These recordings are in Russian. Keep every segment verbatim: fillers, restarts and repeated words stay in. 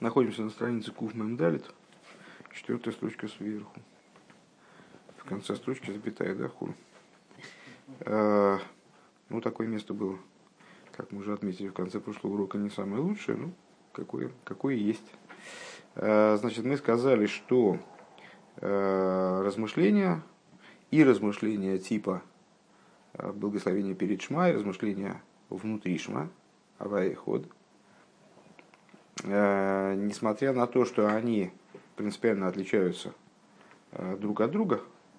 Находимся на странице Куф Мемдалит, четвертая строчка сверху. В конце строчки запятая, да, хур. А, ну, такое место было, как мы уже отметили в конце прошлого урока, не самое лучшее, ну, какое, какое есть. А, значит, мы сказали, что а, размышления и размышления типа а, благословения перед Шма, и размышления внутри Шма, Авай Ход, а, несмотря на то, что они принципиально отличаются а, друг от друга,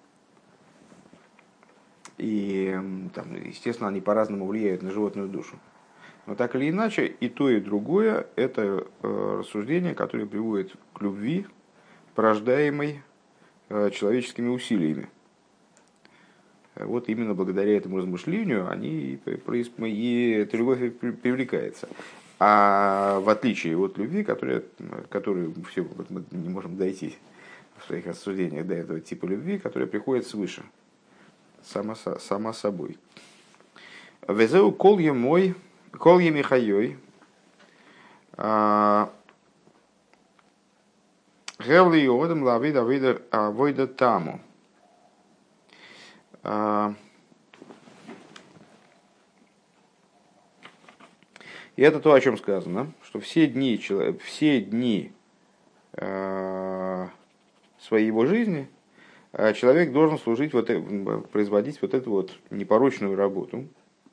и, там, естественно, они по-разному влияют на животную душу. Но так или иначе, и то, и другое – это э, рассуждение, которое приводит к любви, порождаемой э, человеческими усилиями. Вот именно благодаря этому размышлению они, и эта любовь привлекается. А в отличие от любви, которая, которую все, мы не можем дойти в своих рассуждениях до этого типа любви, которая приходит свыше. Сама, сама собой. Везеу кол емой, кол емихайой, гевли йодам лавида вида авойда таму. И это то, о чем сказано, что все дни, все дни своей жизни человек должен служить, вот, производить вот эту вот непорочную работу,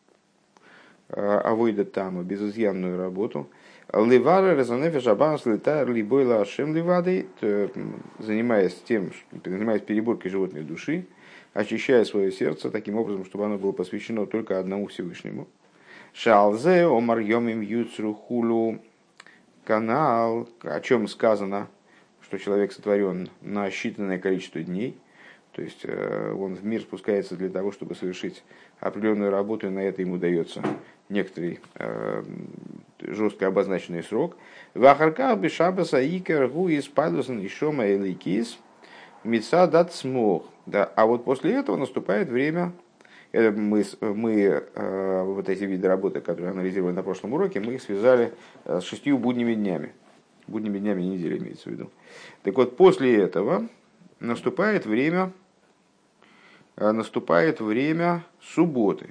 авойда тама, безызъянную работу. Ливара резонефе шабанс летар либойла ашем ливадой, занимаясь тем, занимаясь переборкой животной души, очищая свое сердце таким образом, чтобы оно было посвящено только одному Всевышнему. Шалзе омар йомим юцру хулу канал, о чем сказано, что человек сотворен на считанное количество дней. То есть он в мир спускается для того, чтобы совершить определенную работу, и на это ему дается некоторый э, жестко обозначенный срок. Вахарках бешабаса икер гу из падусан и шома эликис митса дат смог. А вот после этого наступает время. Это мы мы э, вот эти виды работы, которые анализировали на прошлом уроке, мы их связали с шестью будними днями, будними днями недели имеется в виду. Так вот, после этого наступает время. Наступает время субботы,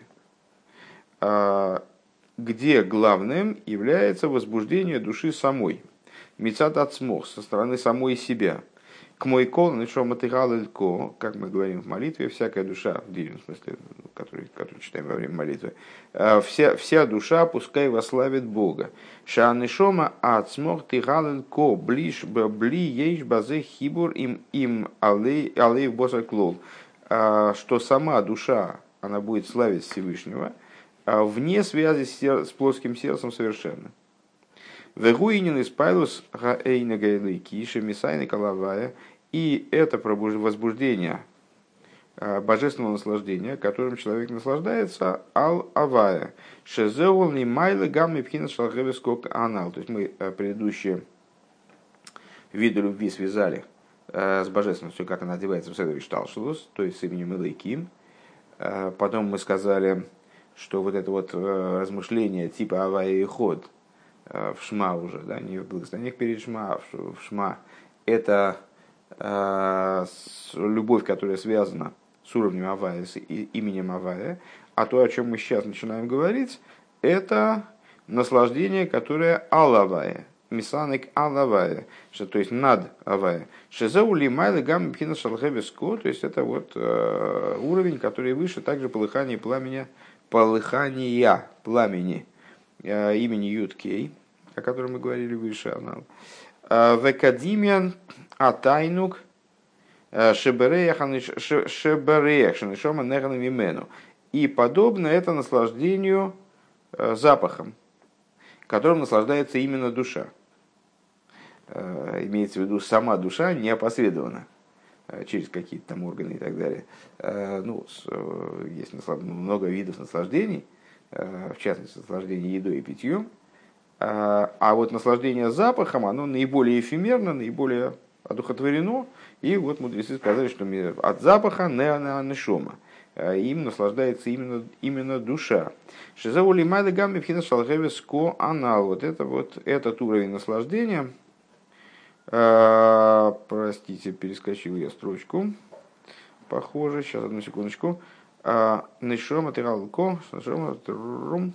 где главным является возбуждение души самой, мицат ацмох, со стороны самой себя. К мой кол, нишо матыгал элько, как мы говорим в молитве, всякая душа, в длинном смысле, который, который читаем во время молитвы, вся, вся душа пускай вославит Бога. Ша нишома ацмох тыгал элько, блиш бли ейш базе хибур им им алей алей боса клол. Что сама душа, она будет славить Всевышнего, вне связи с плоским сердцем совершенно. И это возбуждение божественного наслаждения, которым человек наслаждается, ал-авая. Шезеул не майлы гамми пхина шалгевескок анал. То есть мы предыдущие виды любви связали с божественностью, как она одевается в Седер Ишталшелус, то есть с именем Элейким. Потом мы сказали, что вот это вот размышление типа Авая и Ход в Шма уже, да, не в благословениях перед Шма, а в Шма, это любовь, которая связана с уровнем Авая, с именем Авая. А то, о чем мы сейчас начинаем говорить, это наслаждение, которое Ал-Авая. Мисаник алавая, что то есть над авая. Шезаули майлы гамми пхина шалхевеско, то есть это вот э, уровень, который выше также полыхания пламени, полыхания пламени э, имени Юткей, о котором мы говорили выше. Векадимиан атайнук шебереях шанишома неганом имену. И подобно это наслаждению э, запахом, которым наслаждается именно душа. Имеется в виду сама душа неопосредованно, через какие-то там органы и так далее. Ну, есть много видов наслаждений, в частности, наслаждение едой и питьем. А вот наслаждение запахом, оно наиболее эфемерно, наиболее одухотворено. И вот мудрецы сказали, что от запаха не нешома. Им наслаждается именно, именно душа. Шизаули майда гамми пхина шалгевеско анал. Вот это вот этот уровень наслаждения, А, простите, перескочил я строчку. Похоже, сейчас, одну секундочку. Нешома тиралко, нешома трум.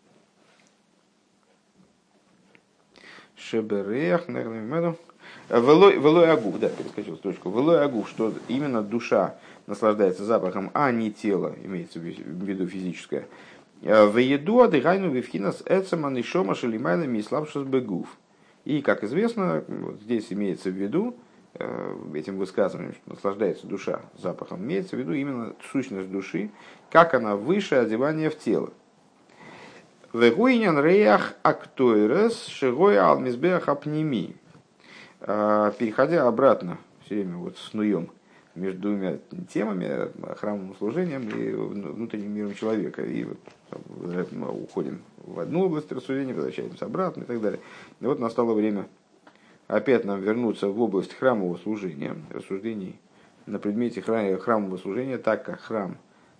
Шеберех, наверное, Велой агуф, да, перескочил строчку. Велой агуф, что именно душа наслаждается запахом, а не тело, имеется в виду физическое. В еду адыгайну вивхинас эцема нишома шалимайна миславшус бегуф. И, как известно, вот здесь имеется в виду, этим высказыванием, что наслаждается душа запахом, имеется в виду именно сущность души, как она выше одевания в тело. Вегуинян реях актойрес шигоя алмизбеах апними. Переходя обратно, все время вот снуем между двумя темами, храмовым служением и внутренним миром человека. И вот мы уходим в одну область рассуждения, возвращаемся обратно и так далее. И вот настало время опять нам вернуться в область храмового служения, рассуждений на предмете храмового служения, так как храм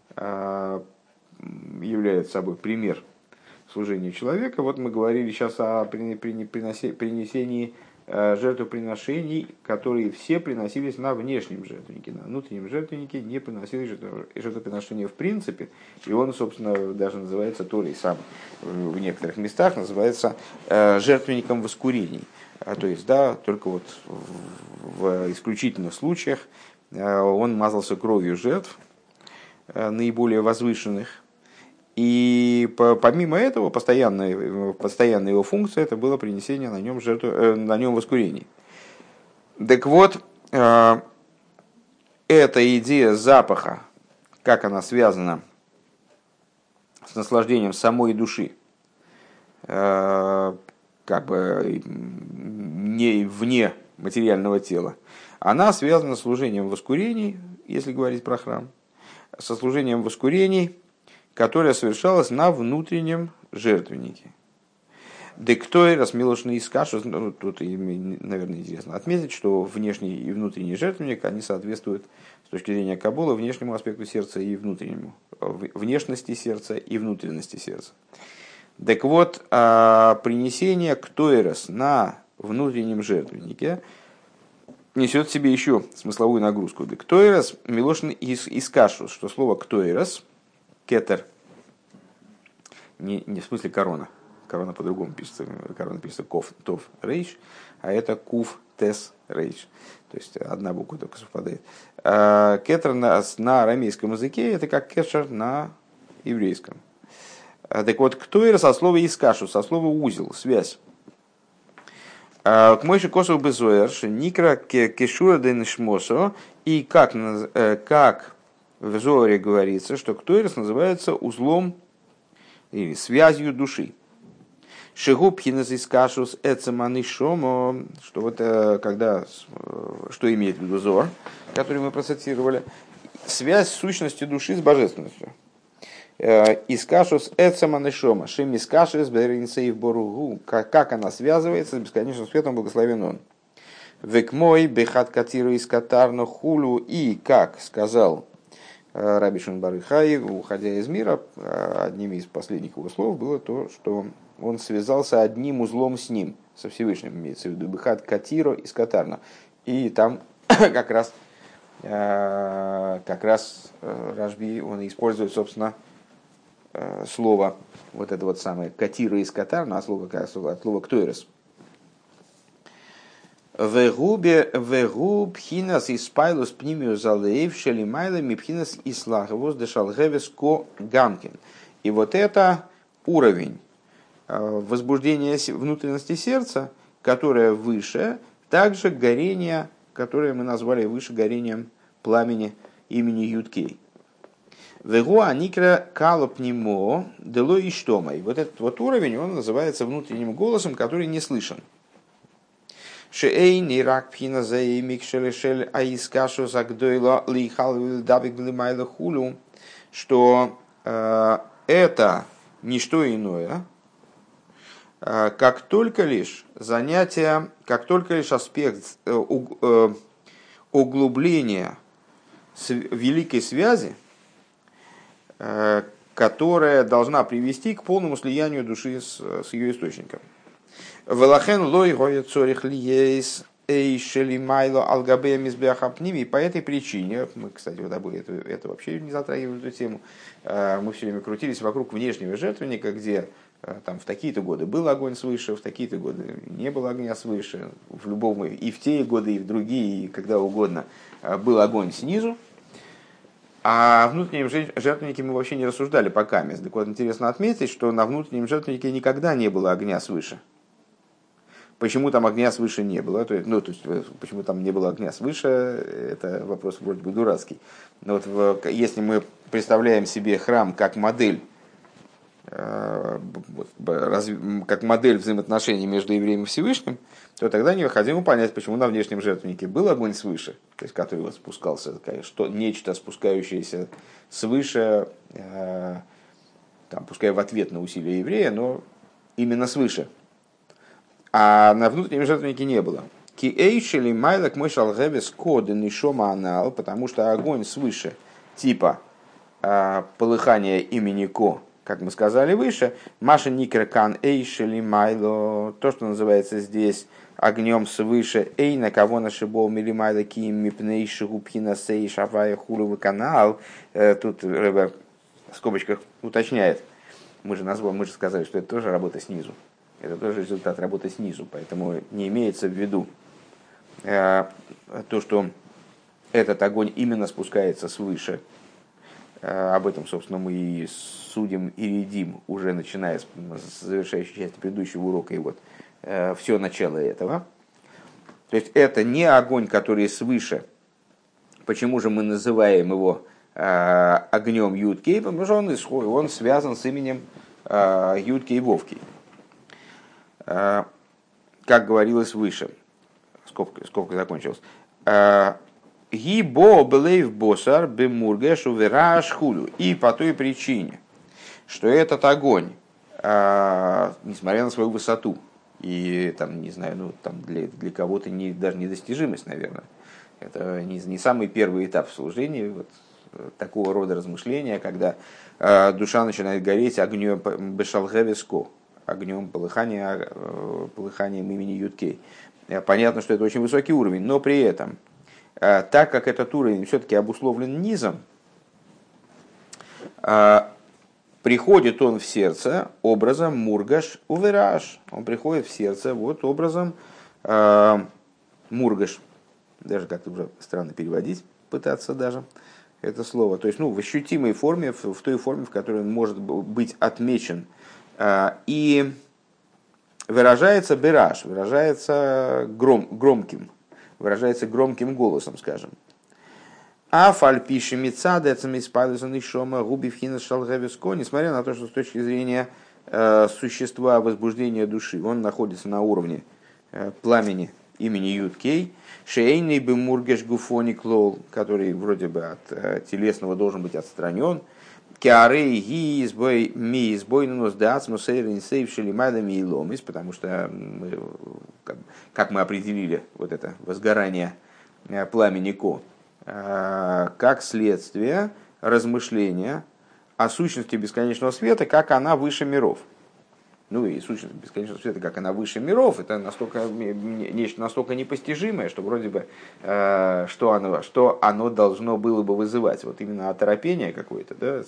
является собой пример служения человека. Вот мы говорили сейчас о принесении жертвоприношений, которые все приносились на внешнем жертвеннике. На внутреннем жертвеннике не приносились жертвоприношения в принципе. И он, собственно, даже называется Торой сам в некоторых местах называется жертвенником воскурений. То есть, да, только вот в исключительных случаях он мазался кровью жертв, наиболее возвышенных. И помимо этого, постоянная, постоянная его функция это было принесение на нем, жертву, э, на нем воскурений. Так вот, э, эта идея запаха, как она связана с наслаждением самой души, э, как бы не вне материального тела, она связана с служением воскурений, если говорить про храм, со служением воскурений, которая совершалась на внутреннем жертвеннике. Дектой размилошный искашу, ну, тут, наверное, интересно отметить, что внешний и внутренний жертвенник, они соответствуют с точки зрения Каббалы внешнему аспекту сердца и внутреннему, внешности сердца и внутренности сердца. Так вот, принесение ктойрос на внутреннем жертвеннике несет в себе еще смысловую нагрузку. Ктойрос милошный искашу, что слово ктойрос, кетер, не, не в смысле корона, корона по-другому пишется, корона пишется ков, тов, рейш, а это кув, тес, рейш, то есть одна буква только совпадает. А кетер на, на арамейском языке это как кешер на еврейском. А, так вот, ктойр со слова искашу, со слова узел, связь. К мойши косов безоер, никра кешура денешмосо, и как, как в Зоре говорится, что ктойрос называется узлом или связью души. Шигуб хинезис кашус эцеманы шомо, что вот когда, что имеет в виду Зор, который мы процитировали, связь сущности души с божественностью. Искашус эцеманы шома, шим искашус беринцей в боругу, как она связывается с бесконечным светом, благословен он. Век мой бехат катиру из катарно хулу, и как сказал Раби Шимон бар Йохай, уходя из мира, одним из последних его слов было то, что он связался одним узлом с ним, со Всевышним, имеется в виду бехат катиро из катарно. И там как раз, как раз Рашби, он использует, собственно, слово, вот это вот самое катиро из катарно, а слово, от слова ктойрос. Вегубе вегуб хинас испайлус пнимиу залеев шелимайлами пхинас ислаговос дешалгевес ко гамкин. И вот это уровень возбуждения внутренности сердца, которое выше, также горение, которое мы назвали выше горением пламени имени Юткей. Вегу аникра калопнимо дело и штома. И вот этот вот уровень, он называется внутренним голосом, который не слышен. Шеэй нирак пхина заимик шелешель аискашу загдойла лихал давик блимайла хулю, что э, это не что иное, э, как только лишь занятие, как только лишь аспект э, э, углубления с, великой связи, э, которая должна привести к полному слиянию души с, с ее источником. Велахен лой гоя цорих лиейс эйшели майло алгабея мизбеха пними. По этой причине, мы, кстати, вот обои это, это вообще не затрагивали эту тему, мы все время крутились вокруг внешнего жертвенника, где там в такие-то годы был огонь свыше, в такие-то годы не было огня свыше, в любом, и в те годы, и в другие, и когда угодно был огонь снизу. А о внутреннем жертвеннике мы вообще не рассуждали пока. Так вот, интересно отметить, что на внутреннем жертвеннике никогда не было огня свыше. Почему там огня свыше не было? То есть, ну, то есть, почему там не было огня свыше, это вопрос вроде бы дурацкий. Но вот в, если мы представляем себе храм как модель, э, раз, как модель взаимоотношений между евреем и Всевышним, то тогда необходимо понять, почему на внешнем жертвеннике был огонь свыше, то есть который вот спускался, что, нечто спускающееся свыше, э, там, пускай в ответ на усилия еврея, но именно свыше. А на внутреннем жертвеннике не было. Ки эйшели майлак мой шалгевес коды нишома анал, потому что огонь свыше, типа э, полыхания имени Ко, как мы сказали выше, маша никрекан эйшели майло, то, что называется здесь огнем свыше, эй на кого нашибол милимайла киим мипнейши губхина сей шавая хуловый канал. Тут Ребе в скобочках уточняет, мы же назвали, мы же сказали, что это тоже работа снизу. Это тоже результат работы снизу, поэтому не имеется в виду э, то, что этот огонь именно спускается свыше. Э, об этом, собственно, мы и судим и рядим, уже начиная с, с завершающей части предыдущего урока, и вот э, все начало этого. То есть это не огонь, который свыше. Почему же мы называем его э, огнем Юд-Кей? Потому что он, он связан с именем э, Юд-Кей Вовки. Как говорилось выше, скобка, скобка закончилась. Гибо белейв босар бемургешу вераш хулю. И по той причине, что этот огонь, несмотря на свою высоту, и там, не знаю, ну, там для, для кого-то не, даже недостижимость, наверное, это не, не самый первый этап в служении, вот, такого рода размышления, когда душа начинает гореть огнем бешалгевеско, огнем полыхания, полыханием имени Юд-Кей. Понятно, что это очень высокий уровень, но при этом, так как этот уровень все-таки обусловлен низом, приходит он в сердце образом мургаш увераш. Он приходит в сердце вот образом мургаш. Даже как-то уже странно переводить, пытаться даже это слово. То есть, ну, в ощутимой форме, в, в той форме, в которой он может быть отмечен. И выражается бераш, выражается гром, громким, выражается громким голосом, скажем. А фальпиши мицадецами спадусаны шома губи вхина шалгевиско, несмотря на то, что с точки зрения э, существа возбуждения души он находится на уровне э, пламени имени Юд-Кей, шейный бы мургеш гуфони клол, который вроде бы от э, телесного должен быть отстранен. Киарей ги избой ми избой нос дацмус эйрин сейвшили майдами и ломис, потому что мы, как, как мы определили вот это возгорание пламени Ко, как следствие размышления о сущности бесконечного света, как она выше миров. Ну и сущность бесконечного света, как она выше миров, это настолько, нечто настолько непостижимое, что вроде бы э, что, оно, что оно должно было бы вызывать. Вот именно оторопение какое-то. Да?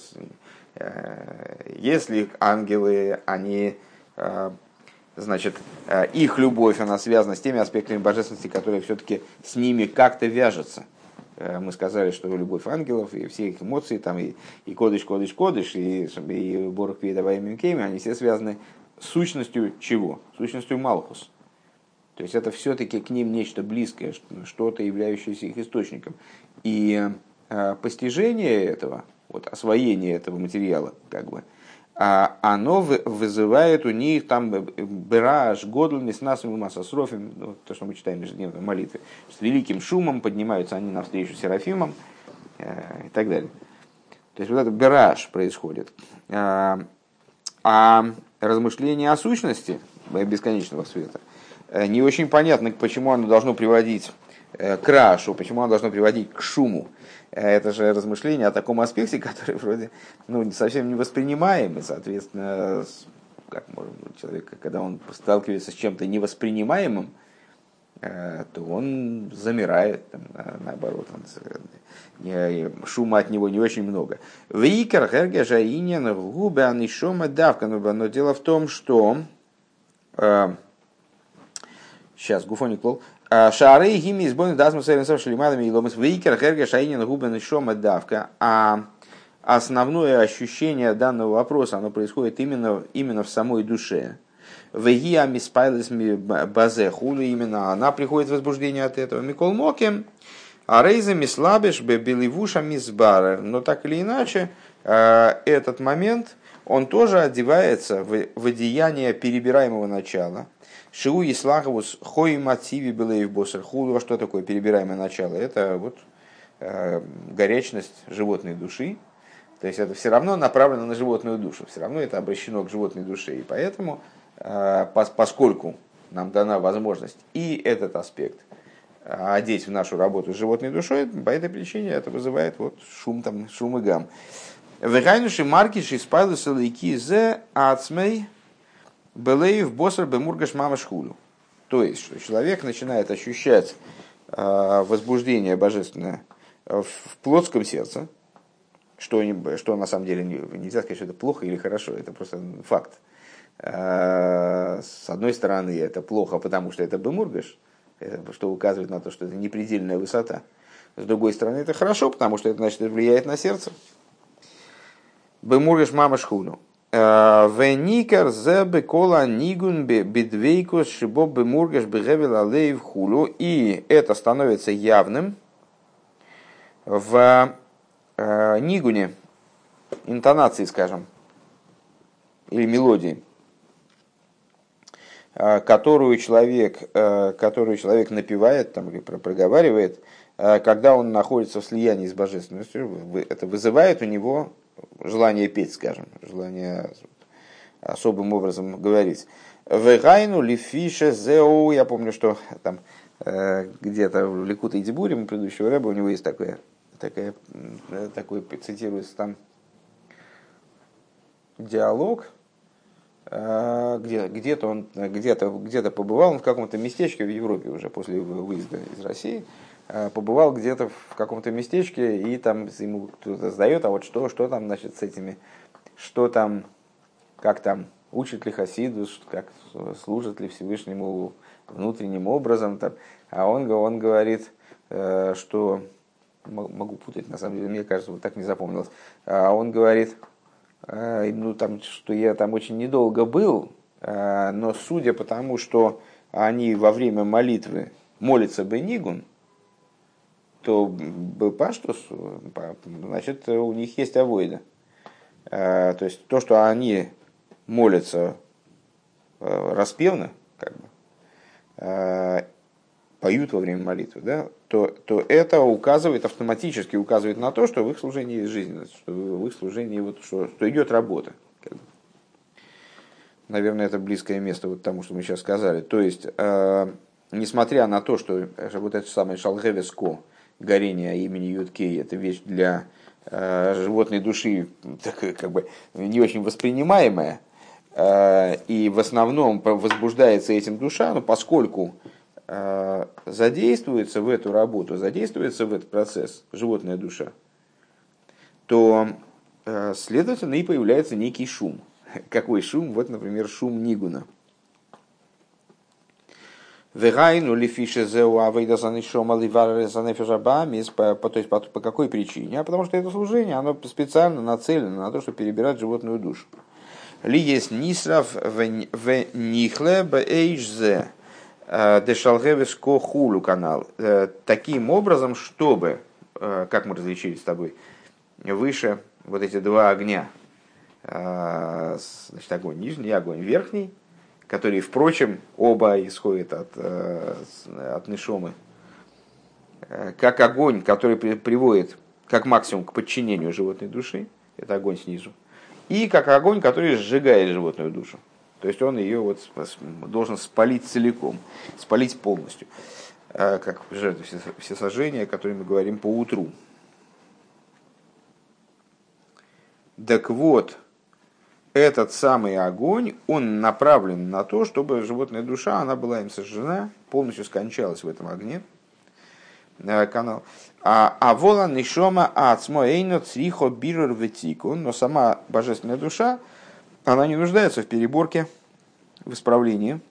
Э, если ангелы, они, э, значит, э, их любовь, она связана с теми аспектами божественности, которые все-таки с ними как-то вяжутся. Э, мы сказали, что любовь ангелов и все их эмоции, там, и, и кодыш, кодыш, кодыш, и, и Борух Пиедава и Мимкейми, они все связаны сущностью чего? Сущностью Малхус. То есть это все-таки к ним нечто близкое, что-то являющееся их источником. И э, постижение этого, вот, освоение этого материала, как бы, э, оно в, вызывает у них там бераж, годлами с насом и массосрофим, ну, то, что мы читаем ежедневно в молитве, с великим шумом поднимаются они навстречу серафимам э, и так далее. То есть вот этот бераж происходит. Э, а размышление о сущности бесконечного света не очень понятно, почему оно должно приводить к рашу, почему оно должно приводить к шуму. Это же размышление о таком аспекте, который вроде ну, совсем не воспринимаем, и, соответственно, как может человек, когда он сталкивается с чем-то невоспринимаемым, то он замирает, там, наоборот, он, шума от него не очень много. Викер херге жаинен в губе анишома давка. Но дело в том, что сейчас гуфоник лол. Шары гими избойны дазму сэренсов шлемадами и ломас. Викер херге жаинен в губе анишома давка. А основное ощущение данного вопроса, оно происходит именно, именно в самой душе. Вегия миспайлес базе хули, именно она приходит в возбуждение от этого. Микол мокем, а рейза мислабеш бебеливуша мисбарер. Но так или иначе, этот момент, он тоже одевается в, в одеяние перебираемого начала. Шиу и слаховус хой мотиви белеев босер хули. Что такое перебираемое начало? Это вот горячность животной души. То есть это все равно направлено на животную душу, все равно это обращено к животной душе. И поэтому, поскольку нам дана возможность и этот аспект одеть в нашу работу с животной душой, по этой причине это вызывает вот шум, там, шум и гам. Вегайнуши маркиши спайлуса лейки зе ацмей белеев босер бемургаш мамашхулю. То есть, что человек начинает ощущать возбуждение божественное в плотском сердце, что, что на самом деле нельзя сказать, что это плохо или хорошо, это просто факт. С одной стороны, это плохо, потому что это бемургаш, что указывает на то, что это непредельная высота. С другой стороны, это хорошо, потому что это значит, это влияет на сердце. Бемургаш мама шхуну. Веникар зебе кола нигун бедвейкус шибо бемургаш бегевел алеев хулу. И это становится явным в нигуне, интонации, скажем, или мелодии, которую человек, которую человек напевает там, или проговаривает, когда он находится в слиянии с божественностью, это вызывает у него желание петь, скажем, желание особым образом говорить. Вегайну лифише зеу, я помню, что там где-то в Ликуте Дибуре, у предыдущего рэба, у него есть такое, такая, такой, цитируется там диалог, где, где-то он где-то, где-то побывал, он в каком-то местечке в Европе уже после выезда из России, побывал где-то в каком-то местечке, и там ему кто-то задает, а вот что, что там, значит, с этими, что там, как там, учат ли хасиду, как служат ли Всевышнему внутренним образом, там, а он, он говорит, что, могу путать, на самом деле, мне кажется, вот так не запомнилось, а он говорит, ну, там, что я там очень недолго был, но судя по тому, что они во время молитвы молятся бенигун, то бепаштус, значит, у них есть авойда. То есть то, что они молятся распевно, как бы, поют во время молитвы, да, то, то это указывает, автоматически указывает на то, что в их служении есть жизненность, что в их служении вот, что, что идет работа. Как бы. Наверное, это близкое место вот тому, что мы сейчас сказали. То есть, э, несмотря на то, что вот это самое шалгевеско, горение имени Юткей, это вещь для э, животной души так, как бы не очень воспринимаемая, э, и в основном возбуждается этим душа, но поскольку задействуется в эту работу, задействуется в этот процесс животная душа, то, следовательно, и появляется некий шум. Какой шум? Вот, например, шум нигуна. То есть по какой причине? А потому что это служение, оно специально нацелено на то, чтобы перебирать животную душу. Ли есть нисрав в нихле бэйжзе. Дешалгевеско хулу канал. Таким образом, чтобы, как мы различили с тобой, выше вот эти два огня, значит, огонь нижний и огонь верхний, которые, впрочем, оба исходят от, от нишомы, как огонь, который приводит как максимум к подчинению животной души, это огонь снизу, и как огонь, который сжигает животную душу. То есть он ее вот должен спалить целиком, спалить полностью, как жертвы всесожжения, о которой мы говорим по утру. Так вот, этот самый огонь, он направлен на то, чтобы животная душа, она была им сожжена, полностью скончалась в этом огне, канал. А, а вола нишома ацмо эйно црихо бирур ветику, но сама божественная душа, она не нуждается в переборке, в исправлении.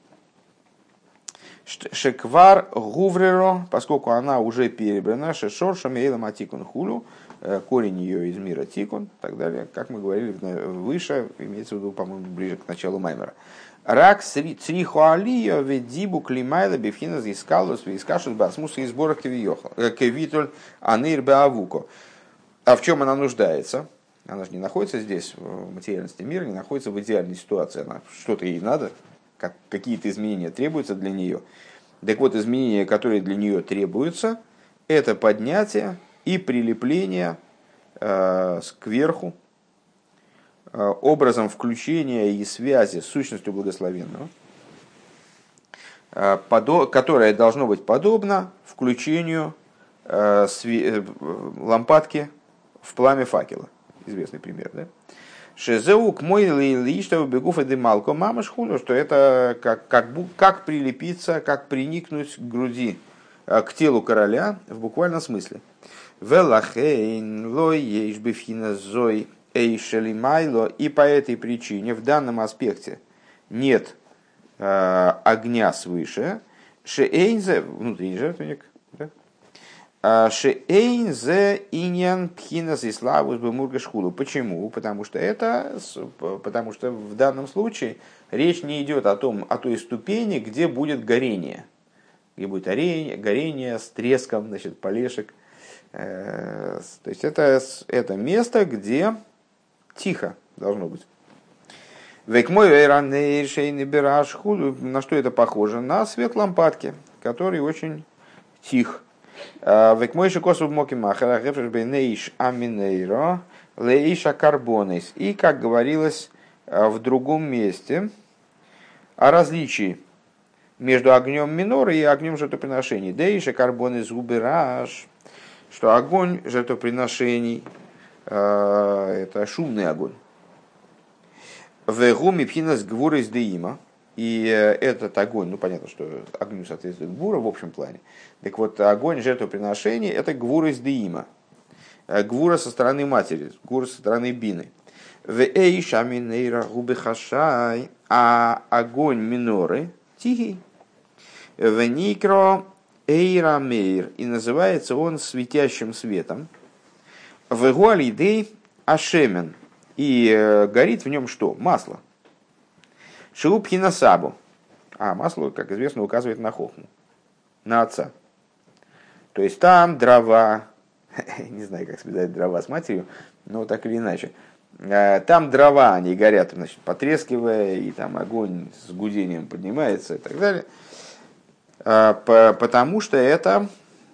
Шеквар гувреро, поскольку она уже перебрана, шешоршам эйлам атикун хулю, корень ее из мира тикун, и так далее, как мы говорили выше, имеется в виду, по-моему, ближе к началу Маймера. Рак црихуалия ведибу климайла бифхина зискалус вискашут басмуса и сбора кевитуль анир беавуко. А в чем она нуждается? Она же не находится здесь, в материальности мира, не находится в идеальной ситуации. Она, что-то ей надо, как, какие-то изменения требуются для нее. Так вот, изменения, которые для нее требуются, это поднятие и прилепление э, кверху, э, образом включения и связи с сущностью благословенного, э, подо, которое должно быть подобно включению э, све, э, лампадки в пламя факела. Известный пример, да? Шезеук мой ли, что бегуф и дымалко мама шхулю, что это как, как, как прилепиться, как приникнуть к груди, к телу короля в буквальном смысле. Велахейн лой ейш бифхина зой эйшели майло, и по этой причине в данном аспекте нет э, огня свыше. Шеэйнзе, внутренний жертвенник, Шеэйнзе иньян пхинас и славус бемургашхулу. Почему? Потому что это, потому что в данном случае речь не идет о том, о той ступени, где будет горение, где будет горение, горение с треском, значит, полешек. То есть это, это место, где тихо должно быть. На что это похоже? На свет лампадки, который очень тих. И, как говорилось в другом месте, о различии между огнем минора и огнем жертвоприношений. Дейша карбонес губераш, что огонь жертвоприношений – это шумный огонь. Вегуми пхинас гвурис деима. И этот огонь, ну понятно, что огню соответствует гвура в общем плане. Так вот, огонь жертвоприношений – это гвура из деима. Гвура со стороны матери, гвура со стороны бины. А огонь миноры тихий. Веникро эйра мейр. И называется он светящим светом. Вегуалидей ашемен. И горит в нем что? Масло. Шиупхина сабу. А масло, как известно, указывает на хохму, на отца. То есть там дрова, не знаю, как связать дрова с матерью, но так или иначе. Там дрова, они горят, значит, потрескивая, и там огонь с гудением поднимается и так далее. Потому что это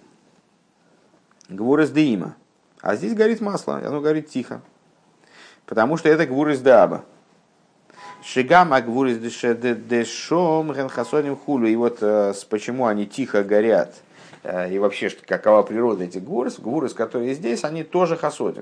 гвурес деима. А здесь горит масло, и оно горит тихо. Потому что это гвурес даба. Шигам агвурис дешом генхасоним хулю. И вот почему они тихо горят, и вообще какова природа этих гвурис, гвурис, которые здесь, они тоже хасодим.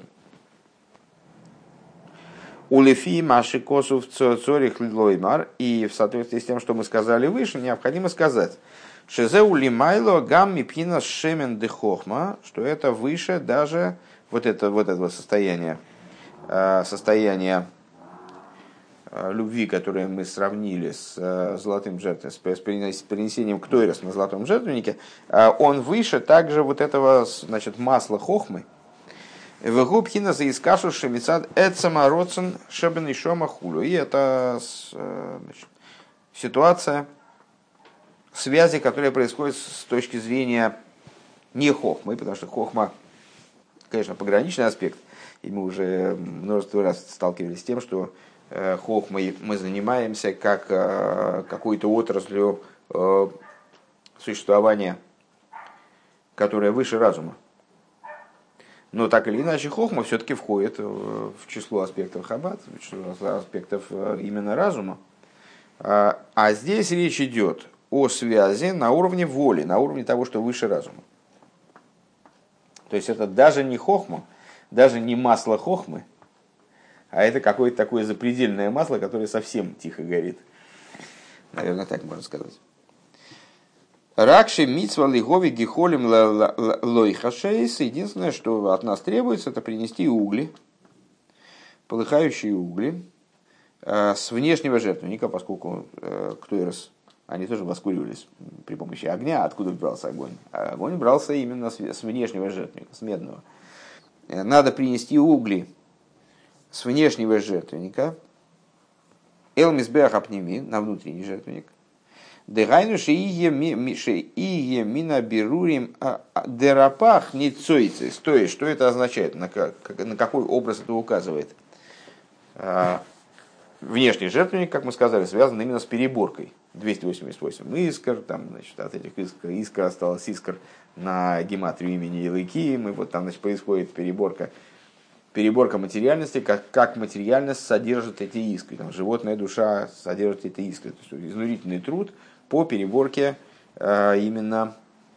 Улефи маши косов цорих лоймар. И в соответствии с тем, что мы сказали выше, необходимо сказать, шезе улимайло гамми пхина шемен де хохма, что это выше даже вот, это, вот этого состояния, состояния любви, которое мы сравнили с золотым жертвенником, с принесением ктойрос на золотом жертвеннике, он выше также вот этого, значит, масла хохмы. Вегубхина заискашу шемицад эцамароцен шебен и шома хулю. И это, значит, ситуация связи, которая происходит с точки зрения не хохмы, потому что хохма, конечно, пограничный аспект, и мы уже множество раз сталкивались с тем, что хохмой мы занимаемся как какой-то отраслью существования, которая выше разума. Но так или иначе хохма все-таки входит в число аспектов хаббат, в число аспектов именно разума. А здесь речь идет о связи на уровне воли, на уровне того, что выше разума. То есть это даже не хохма, даже не масло хохмы, а это какое-то такое запредельное масло, которое совсем тихо горит. Наверное, так можно сказать. Ракши митсва лигови гихолем лойхашейс. Единственное, что от нас требуется, это принести угли, полыхающие угли, с внешнего жертвенника, поскольку ктуэрс, они тоже воскуривались при помощи огня. Откуда брался огонь? Огонь брался именно с внешнего жертвенника, с медного. Надо принести угли с внешнего жертвенника, элмисбеах апними, на внутренний жертвенник, дегайну шиие мина берурим дерапах не цойцис. То есть, что это означает, на какой образ это указывает? Внешний жертвенник, как мы сказали, связан именно с переборкой. двести восемьдесят восемь искр, там, значит, от этих искр, искра осталось искр на гематрию имени Елыкиим, и вот там, значит, происходит переборка, переборка материальности, как, как материальность содержит эти искры. Там, животная душа содержит эти искры. То есть изнурительный труд по переборке э, именно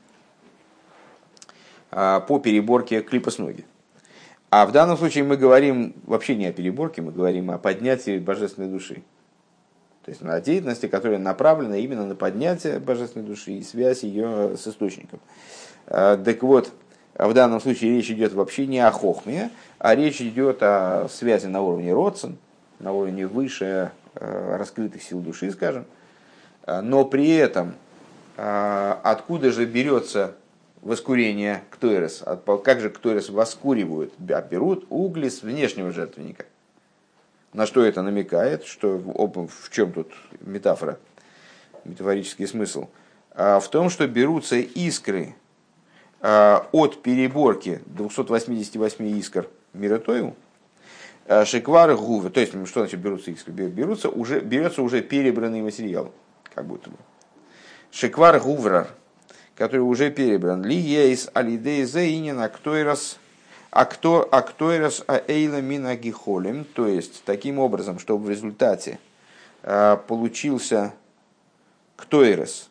э, по переборке клипосноги. А в данном случае мы говорим вообще не о переборке, мы говорим о поднятии божественной души. То есть на деятельности, которая направлена именно на поднятие божественной души и связь ее с источником. Так вот, в данном случае речь идет вообще не о хохме, а речь идет о связи на уровне родсен, на уровне выше раскрытых сил души, скажем. Но при этом откуда же берется воскурение ктуэрес? Как же ктуэрес воскуривают? Берут угли с внешнего жертвенника. На что это намекает? Что, в чем тут метафора, метафорический смысл? В том, что берутся искры от переборки двухсот восьмидесяти восьми искр миротою, шиквар гувы. То есть, что значит берутся искры? Берутся уже, берется уже перебранный материал, как будто бы. Шиквар гуврар, который уже перебран. Ли ейс алидей зейнин актойрас актойрас аэйла мина гихолем. То есть, таким образом, чтобы в результате получился ктойрас,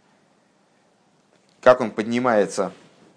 как он поднимается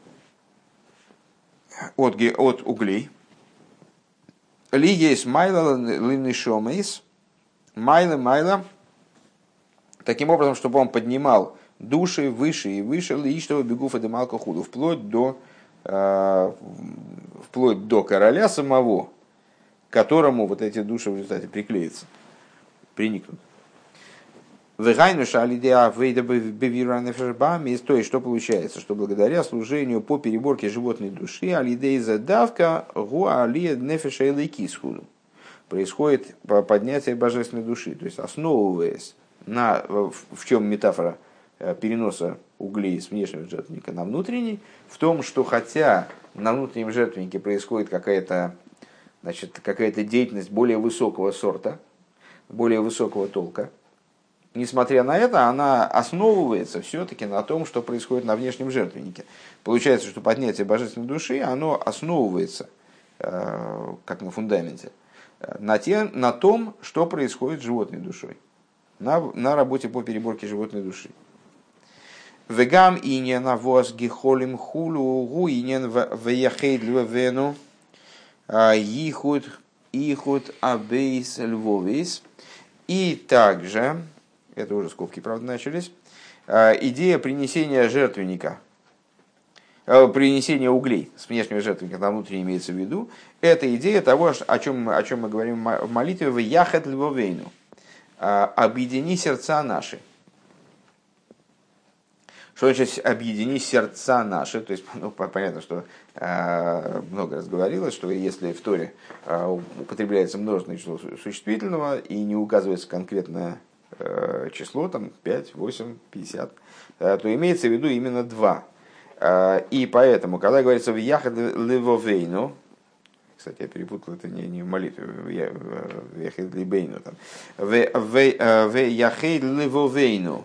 от, от углей. Ли ейс майла линишомейс. Майла майла. Таким образом, чтобы он поднимал души выше и выше, и чтобы бегуф и демалка худу, вплоть до, э, вплоть до короля самого, к которому вот эти души в результате приклеятся, приникнут. Вегайнуша алидеа вейда бевираны фербами, то есть что получается, что благодаря служению по переборке животной души алидей задавка гуали нефеша и лейкисхуду происходит поднятие божественной души, то есть основываясь на, в чем метафора переноса углей с внешнего жертвенника на внутренний, в том, что хотя на внутреннем жертвеннике происходит какая-то, значит, какая-то деятельность более высокого сорта, более высокого толка, несмотря на это, она основывается все-таки на том, что происходит на внешнем жертвеннике. Получается, что поднятие божественной души, оно основывается, как на фундаменте, на, те, на том, что происходит с животной душой, на, на работе по переборке животной души. Вегам иньян авоз гихолим хулу гуиньян веяхейд львену ихуд ихуд абейс львовис. И также, это уже скобки, правда, начались, идея принесения жертвенника, принесения углей с внешнего жертвенника на внутренний имеется в виду, это идея того, о чем, о чем мы говорим в молитве «Ваяхет львовейну» – «Объедини сердца наши». Что значит «объедини сердца наши»? То есть, ну, понятно, что э, много раз говорилось, что если в Торе э, употребляется множественное число существительного и не указывается конкретное э, число, там пять, восемь, пятьдесят, э, то имеется в виду именно два. Э, и поэтому, когда говорится «Ваяхет львовейну», кстати, я перепутал, это не, не в молитве, «Ваяхет либейну», там, «Ваяхет львовейну»,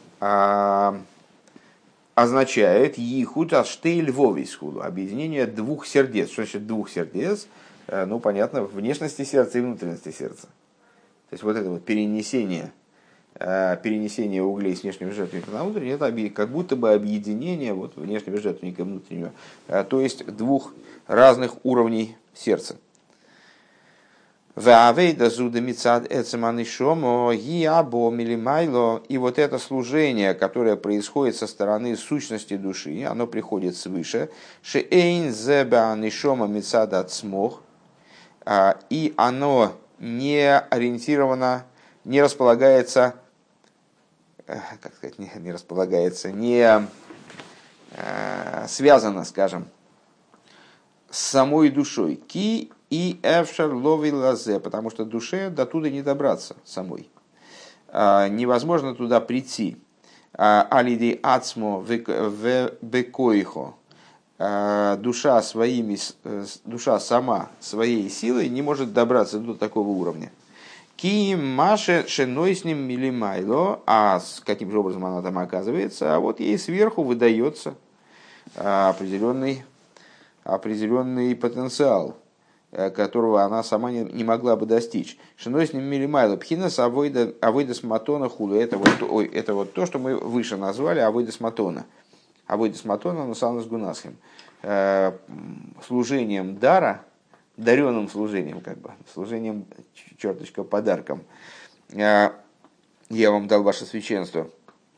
означает «Ихуд аштей львовис худу» – объединение двух сердец. Что значит двух сердец? Ну, понятно, внешности сердца и внутренности сердца. То есть, вот это вот перенесение, перенесение углей с внешнего жертвенника на внутренний, это как будто бы объединение вот, внешнего жертвенника и внутреннего. То есть, двух разных уровней сердца. Ваавейда зуда мицад эцеманишомо гиабо милимайло. И вот это служение, которое происходит со стороны сущности души, оно приходит свыше. Шеэйн зеба нишома мицад ацмох. И оно не ориентировано, не располагается, как сказать, не, не располагается, не связано, скажем, с самой душой. Ки и эфшар лови лазе, потому что душе до туда не добраться самой. Невозможно туда прийти. Алиди ацмо в бекоихо. Душа, своими, душа сама своей силой не может добраться до такого уровня. Ки маше шеной с ним милимайло, а с каким же образом она там оказывается, а вот ей сверху выдается определенный, определенный потенциал, которого она сама не, не могла бы достичь. Шеной с ним милимайло, пхинас авойдас матона худу. Это вот, ой, это вот то, что мы выше назвали авойдас матона. Авойдас матона нусанас гунасхем. Служением дара, даренным служением, как бы, служением, черточка, подарком. Я вам дал ваше священство.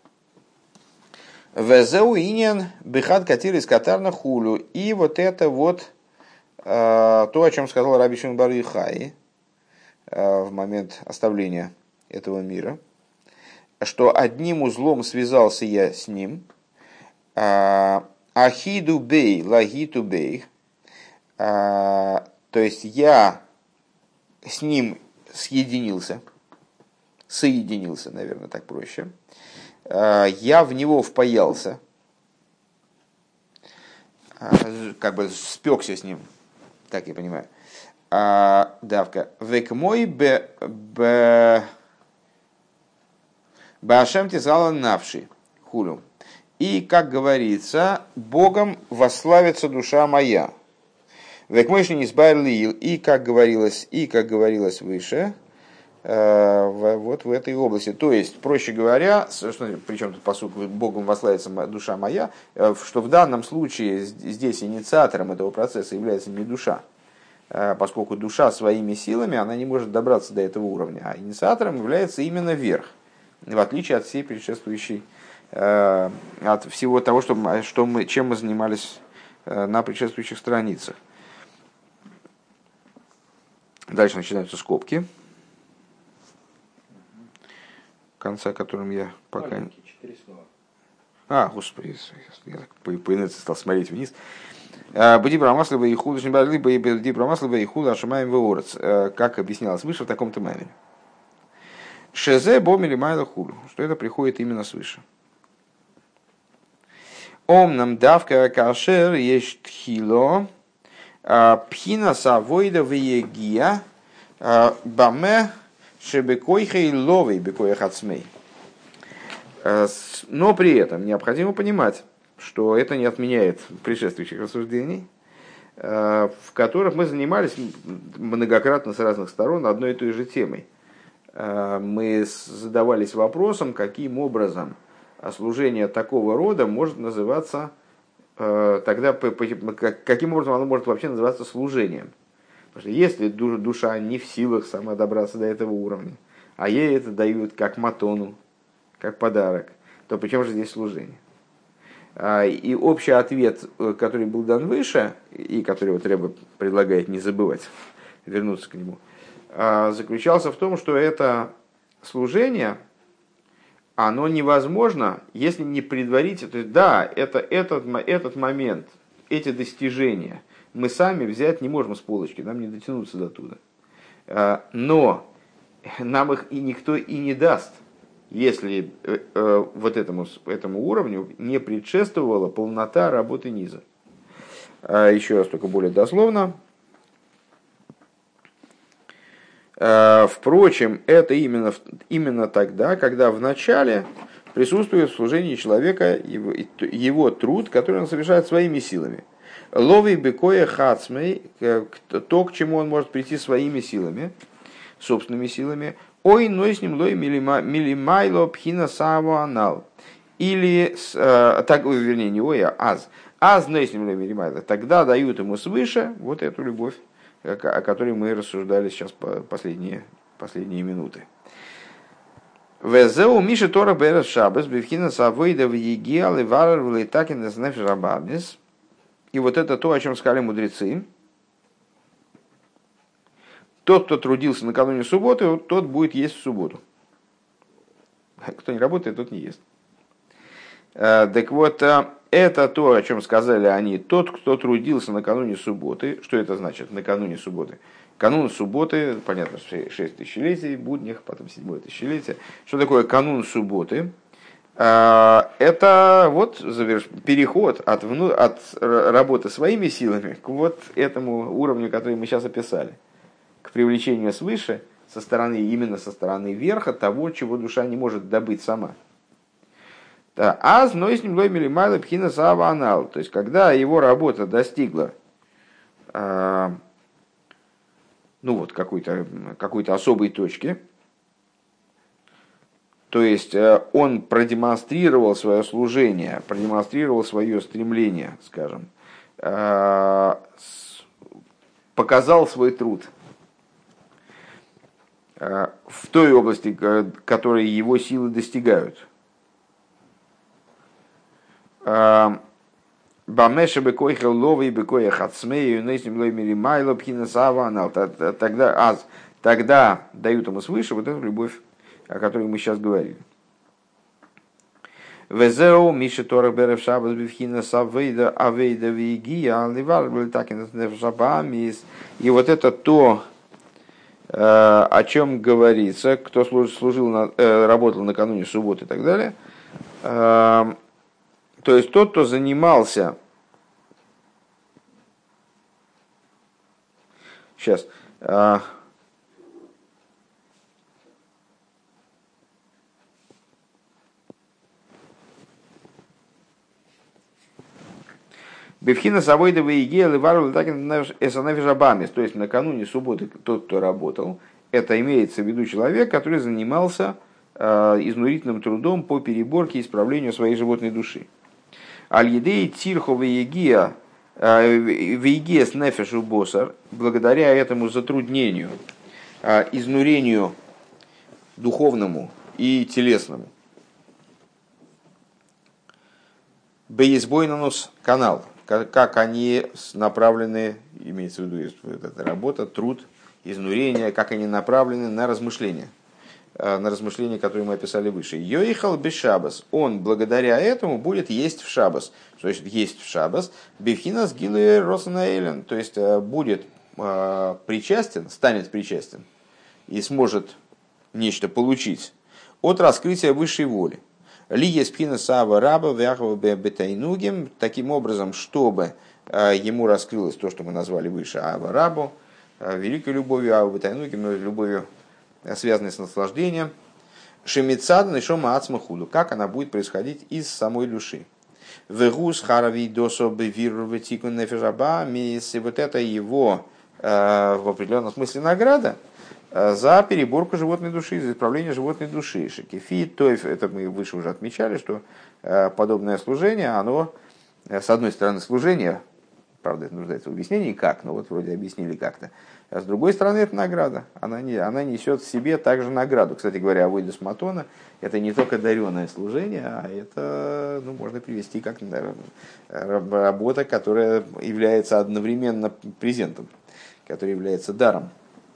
Везеу иньян бихат катир из катарна хулю. И вот это вот то, о чем сказал Раби Шимон бар Йохай в момент оставления этого мира, что одним узлом связался я с ним, ахиду бей, лагиту бей, то есть я с ним съединился, соединился, наверное, так проще, я в него впаялся, как бы спекся с ним, так я понимаю. Давка. Век мой б башем тизала навши хулю. И, как говорится, Богом восславится душа моя. Век мой не избавил, и как говорилось, и как говорилось выше, вот в этой области. То есть, проще говоря, причем тут посуд Богом восславится душа моя, что в данном случае здесь инициатором этого процесса является не душа, поскольку душа своими силами она не может добраться до этого уровня, а инициатором является именно верх, в отличие от всей предшествующей, от всего того, что мы, что мы, чем мы занимались на предшествующих страницах. Дальше начинаются скобки, конца которым я пока... А, господи, я так по, по инерции стал смотреть вниз. Бди брамаслива и худа, либо бди брамаслива и худа ашамаем веорец. Как объяснялось выше в таком-то маме. Шезе бомили майла худу, что это приходит именно свыше. Ом нам давка кашер есть тхило пхина савойда веегия баме шебекойхей ловей бекоях ацмей. Но при этом необходимо понимать, что это не отменяет предшествующих рассуждений, в которых мы занимались многократно с разных сторон одной и той же темой. Мы задавались вопросом, каким образом служение такого рода может называться, тогда каким образом оно может вообще называться служением. Потому что если душа не в силах сама добраться до этого уровня, а ей это дают как матону, как подарок, то при чем же здесь служение? И общий ответ, который был дан выше, и который вот Ребе предлагает не забывать, вернуться к нему, заключался в том, что это служение, оно невозможно, если не предварить. То есть, да, это, этот, этот момент, эти достижения мы сами взять не можем с полочки, нам не дотянуться до туда. Но нам их и никто и не даст, если вот этому, этому уровню не предшествовала полнота работы низа. Еще раз, только более дословно. Впрочем, это именно, именно тогда, когда в начале присутствует в служении человека его, его труд, который он совершает своими силами. Лови бекоя хацмей, то, к чему он может прийти своими силами, собственными силами. Ой, ной с ним лой милимайло пхина саво анал. Или, так, вернее, не ой, а аз. Аз ной с ним лой милимайло. Тогда дают ему свыше вот эту любовь, о которой мы рассуждали сейчас последние, последние минуты. Везеу Миша Тора Берес Шабас, Бевхина Савойда в Егиал и Варар в Лейтакин из Нефжабабнис. И вот это то, о чем сказали мудрецы. Тот, кто трудился накануне субботы, тот будет есть в субботу. Кто не работает, тот не ест. Так вот, это то, о чем сказали они. Тот, кто трудился накануне субботы. Что это значит, накануне субботы? Канун субботы, понятно, шесть тысячелетий будних, потом седьмое тысячелетие. Что такое канун субботы? Это вот переход от, вну... от работы своими силами к вот этому уровню, который мы сейчас описали. К привлечению свыше, со стороны, именно со стороны верха, того, чего душа не может добыть сама. А с ной с ним лоймили майло пхина сава анал. То есть, когда его работа достигла ну вот, какой-то, какой-то особой точки. То есть он продемонстрировал свое служение, продемонстрировал свое стремление, скажем, показал свой труд в той области, которой его силы достигают. Бамеша бекойхел ловый бекоя хацмею несим лоймили майло пхина сава анал. Тогда аз тогда дают ему свыше вот эту любовь, о которой мы сейчас говорили. Везеу Миша Тора Берев Шабас бифхина савейда авейда вигия аливар были так и нефшабамис. И вот это то, о чем говорится, кто служил, работал накануне субботы и так далее. То есть тот, кто занимался, сейчас, Бевхина Савойда Вейге Ливару Такин Эсанефижабамис, то есть накануне субботы тот, кто работал, это имеется в виду человек, который занимался изнурительным трудом по переборке и исправлению своей животной души. Аль-Едей Тирхо Вейгия Вейгес Нефешу Босар, благодаря этому затруднению, изнурению духовному и телесному. Бейсбойнанус канал, как они направлены, имеется в виду эта работа, труд, изнурение, как они направлены на размышления, на размышления, которые мы описали выше. Йоихал бешабас, он благодаря этому будет есть в шабас. То есть есть в шабас, бифхинас гилуэ росанаэлен, то есть будет причастен, станет причастен и сможет нечто получить от раскрытия высшей воли. Ли есть пхина сава раба вяхова бетайнугим, таким образом, чтобы ему раскрылось то, что мы назвали выше ава рабу, великой любовью, ава бетайнугим, любовью, связанной с наслаждением, шемицад нишома ацмахуду, как она будет происходить из самой души. Вегус харави досо бевиру ветику нефежаба, и вот это его в определенном смысле награда за переборку животной души, за исправление животной души. Шекефи, то это мы выше уже отмечали, что подобное служение, оно, с одной стороны, служение, правда, это нуждается в объяснении, как, но вот вроде объяснили как-то. А с другой стороны, это награда. Она, не, она несет в себе также награду. Кстати говоря, авойдус матона – это не только даренное служение, а это ну, можно привести как работа, которая является одновременно презентом, которая является даром.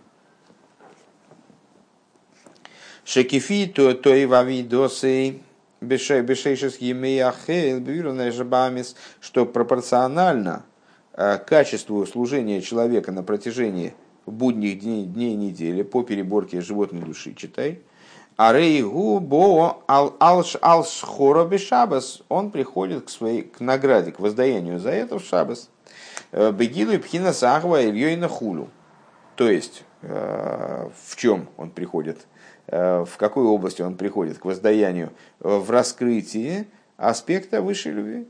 Шекифи то то и вавидосы бешейшис емеяхел бюрная жабамис, что пропорционально качеству служения человека на протяжении будних дней, дней недели по переборке животной души, читай. Арейгу бо алш алш хоро бешабас, он приходит к своей к награде, к воздаянию за это в шабас. Бегилу пхина сахва ильёйна хулу. То есть в чем он приходит? В какой области он приходит к воздаянию? В раскрытии аспекта высшей любви.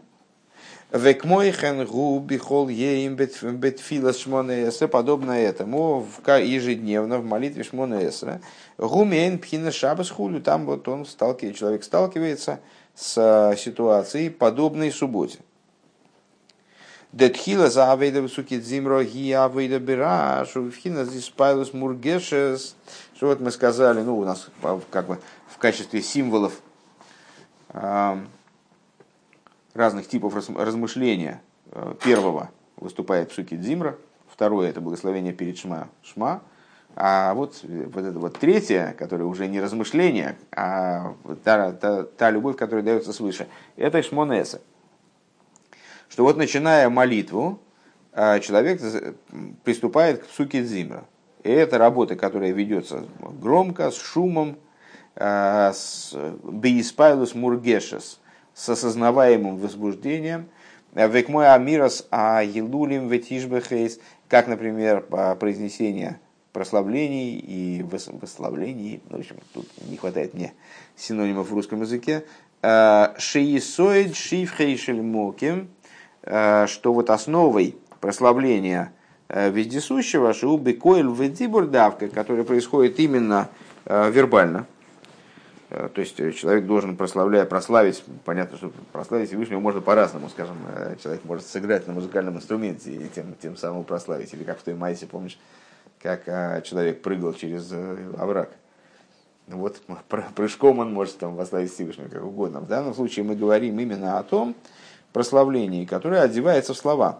Подобно этому ежедневно в молитве Шмона Эсра гумейн пхина шабас хулю, там вот он сталкивается, человек сталкивается с ситуацией, подобной субботе. Детхила за авейда высокий зимро ги авейда бира, что вхина здесь спайлус мургешес. Что вот мы сказали, ну у нас как бы в качестве символов э, разных типов размышления. Первого выступает псуки дзимра, второе это благословение перед шма, шма. А вот, вот это вот третье, которое уже не размышление, а та, та, та любовь, которая дается свыше, это шмонеса. Что вот начиная молитву, человек приступает к псуки дзимра. И это работа, которая ведется громко, с шумом, с бейспайлус мургешес, с осознаваемым возбуждением, век мой амирас а елулим ветишбехейс, как, например, произнесение прославлений и восславлений, ну, в общем, тут не хватает мне синонимов в русском языке, шиисоид шифхейшель моким, что вот основой прославления вездесущего шиубы койл ведибурдавка, которое происходит именно вербально. То есть человек должен, прославляя, прославить, понятно, что прославить Всевышнего можно по-разному, скажем, человек может сыграть на музыкальном инструменте и тем, тем самым прославить, или как в той майсе, помнишь, как человек прыгал через овраг. Вот прыжком он может там прославить Всевышнего, как угодно. В данном случае мы говорим именно о том прославлении, которое одевается в слова.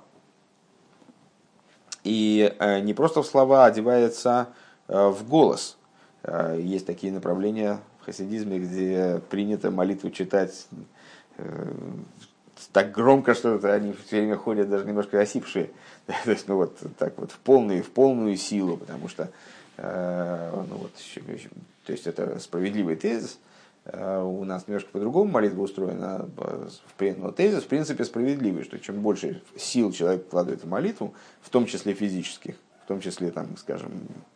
И не просто в слова, одевается в голос. Есть такие направления в хасидизме, где принято молитву читать так громко, что они все время ходят даже немножко осипшие. То есть, ну вот так вот в полную, в полную силу, потому что, ну вот, то есть это справедливый тезис. У нас немножко по-другому молитва устроена, но тезис в принципе справедливый, что чем больше сил человек вкладывает в молитву, в том числе физических, в том числе, там, скажем,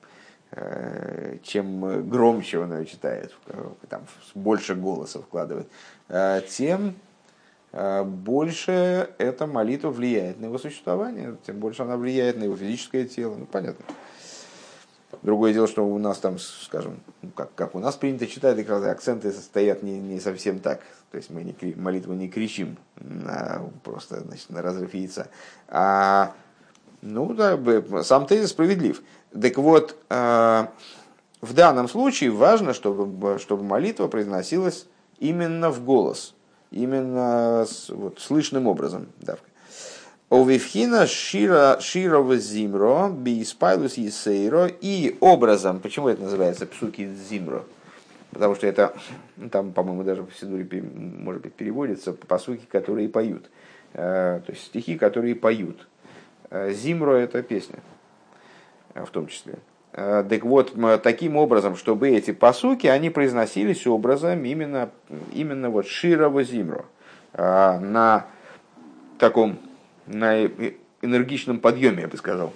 чем громче он ее читает, там, больше голоса вкладывает, тем больше эта молитва влияет на его существование, тем больше она влияет на его физическое тело. Ну, понятно. Другое дело, что у нас там, скажем, как, как у нас принято читать, как раз акценты стоят не, не совсем так. То есть мы не, молитву не кричим на, просто, значит, на разрыв яйца. А, ну да, сам тезис справедлив. Так вот, в данном случае важно, чтобы, чтобы молитва произносилась именно в голос. Именно вот, слышным образом. Овивхина шира широва зимро бииспайлус есейро, и образом, почему это называется псуки зимро? Потому что это, там, по-моему, даже в Сидуре, может быть, переводится пасуки, которые поют. То есть стихи, которые поют. Зимро — это песня, в том числе. Так вот, таким образом, чтобы эти пасуки, они произносились образом именно, именно вот широва зимро, на таком, на энергичном подъеме, я бы сказал,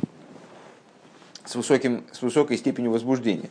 с, высоким, с высокой степенью возбуждения.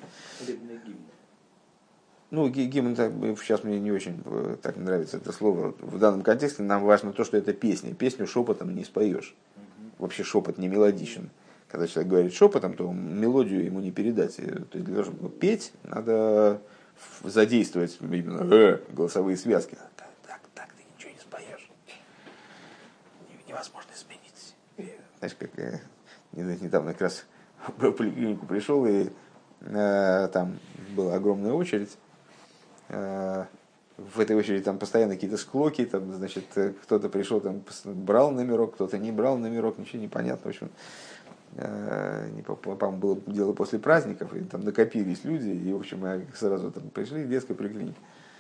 Ну, гимн, сейчас мне не очень так нравится это слово. В данном контексте нам важно то, что это песня. Песню шепотом не споешь. Вообще шепот не мелодичен. Когда человек говорит шепотом, то мелодию ему не передать. То есть для того, чтобы петь, надо задействовать именно э, голосовые связки. Так, так, так, ты ничего не споешь. Невозможно изменить. Знаешь, как я недавно как раз в поликлинику пришел, и э, там была огромная очередь. Э, в этой очереди там постоянно какие-то склоки, там, значит, кто-то пришел, там, брал номерок, кто-то не брал номерок, ничего не понятно. В общем, по-моему, было дело после праздников, и там накопились люди, и, в общем, мы сразу там пришли в детской поликлинике.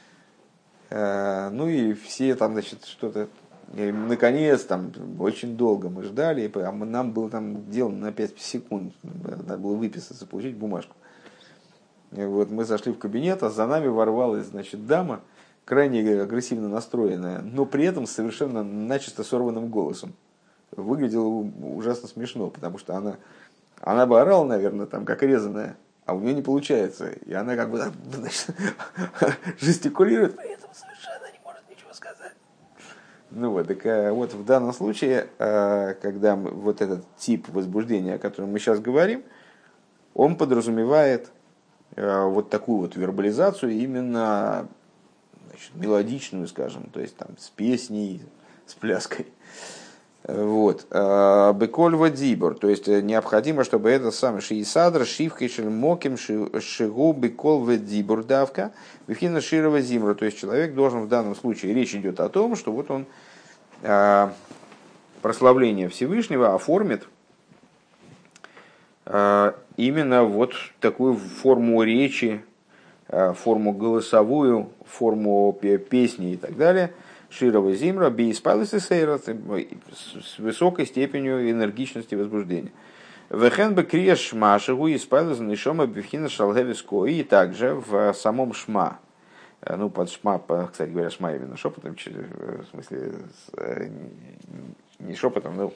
Ну и все там, значит, что-то, наконец, там, очень долго мы ждали, а нам было там дело на пять секунд, надо было выписаться, получить бумажку. И вот мы зашли в кабинет, а за нами ворвалась, значит, дама, крайне агрессивно настроенная, но при этом совершенно начисто сорванным голосом. Выглядело ужасно смешно, потому что она, она бы орала, наверное, там, как резаная, а у нее не получается. И она как бы, значит, жестикулирует, при этом совершенно не может ничего сказать. Ну вот, так вот в данном случае, когда вот этот тип возбуждения, о котором мы сейчас говорим, он подразумевает вот такую вот вербализацию, именно, значит, мелодичную, скажем, то есть там с песней, с пляской. Вот. Бекольва дибор. То есть необходимо, чтобы этот самый шиисадр, шивкой шельмоким, шигу, бекольва дибор давка, вихина широва зимра. То есть человек должен в данном случае, речь идет о том, что вот он прославление Всевышнего оформит именно вот такую форму речи, форму голосовую, форму песни и так далее, широва зимра, бейспалис и сейра, с высокой степенью энергичности и возбуждения. Вехен бы крия шма, шигу и спалис нишома бифхина шалгевиско, и также в самом шма, ну под шма, кстати говоря, шма именно шепотом, в смысле не шепотом, ну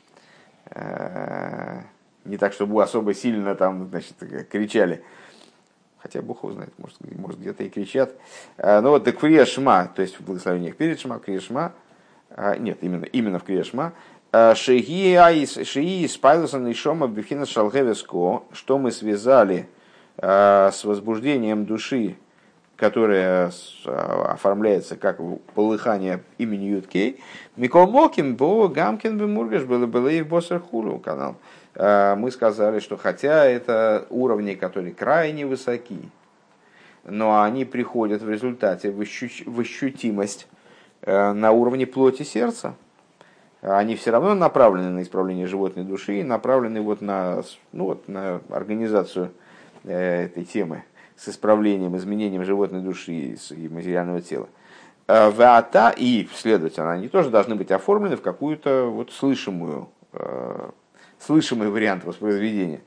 не так, чтобы особо сильно там, значит, кричали. Хотя Бог его знает, может, может где-то и кричат. Ну вот, так крия шма, то есть в благословениях перед шма, крия шма, нет, именно, именно в крия шма, шии спайлосан и шома бифхина шалгевеско, что мы связали с возбуждением души, которое оформляется как полыхание имени Юткей, Микол Моким, Бо Гамкин Бемургаш, было было и в Босер Хулу канал. Мы сказали, что хотя это уровни, которые крайне высоки, но они приходят в результате в, ощу- в ощутимость на уровне плоти сердца, они все равно направлены на исправление животной души, направлены вот на, ну вот, на организацию этой темы с исправлением, изменением животной души и материального тела. И, следовательно, они тоже должны быть оформлены в какую-то вот слышимую, слышимый вариант воспроизведения.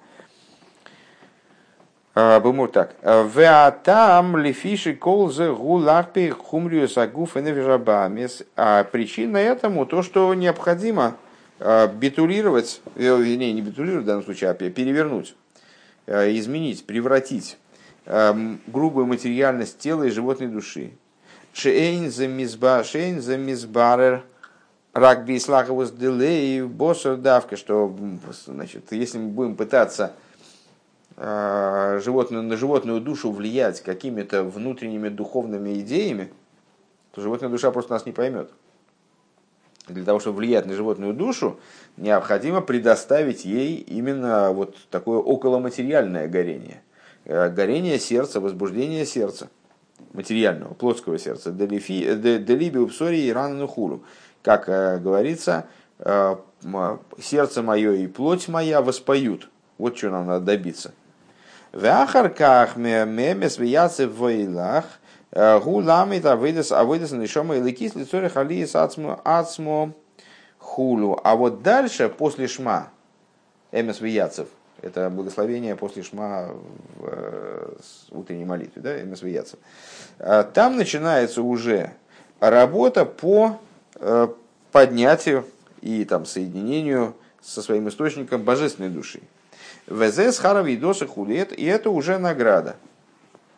Бумур так. Веатам лифиши колзе гуларпи хумриус агуф эневижабамес. А причина этому то, что необходимо битулировать, не, не битулировать в данном случае, а перевернуть, изменить, превратить грубую материальность тела и животной души. Шейн за мизба, шейн за мизбарер. Рак бейслаховус делей боссер давка, что, значит, если мы будем пытаться э, животную, на животную душу влиять какими-то внутренними духовными идеями, то животная душа просто нас не поймет. Для того, чтобы влиять на животную душу, необходимо предоставить ей именно вот такое околоматериальное горение. Горение сердца, возбуждение сердца, материального, плотского сердца. Делиби упсори и рана нухулу. Как говорится, сердце мое и плоть моя воспоют. Вот что нам надо добиться. В ахарках мемес вияцы в войлах гуламит авыдас авыдас нишома и лекис лицори хали ацмо ацмо хулу. А вот дальше, после шма, эмес вияцев, это благословение после шма в утренней молитве, да, эмес вияцев. Там начинается уже работа по поднятию и там, соединению со своим источником божественной души. Везес харави доса хулет, и это уже награда.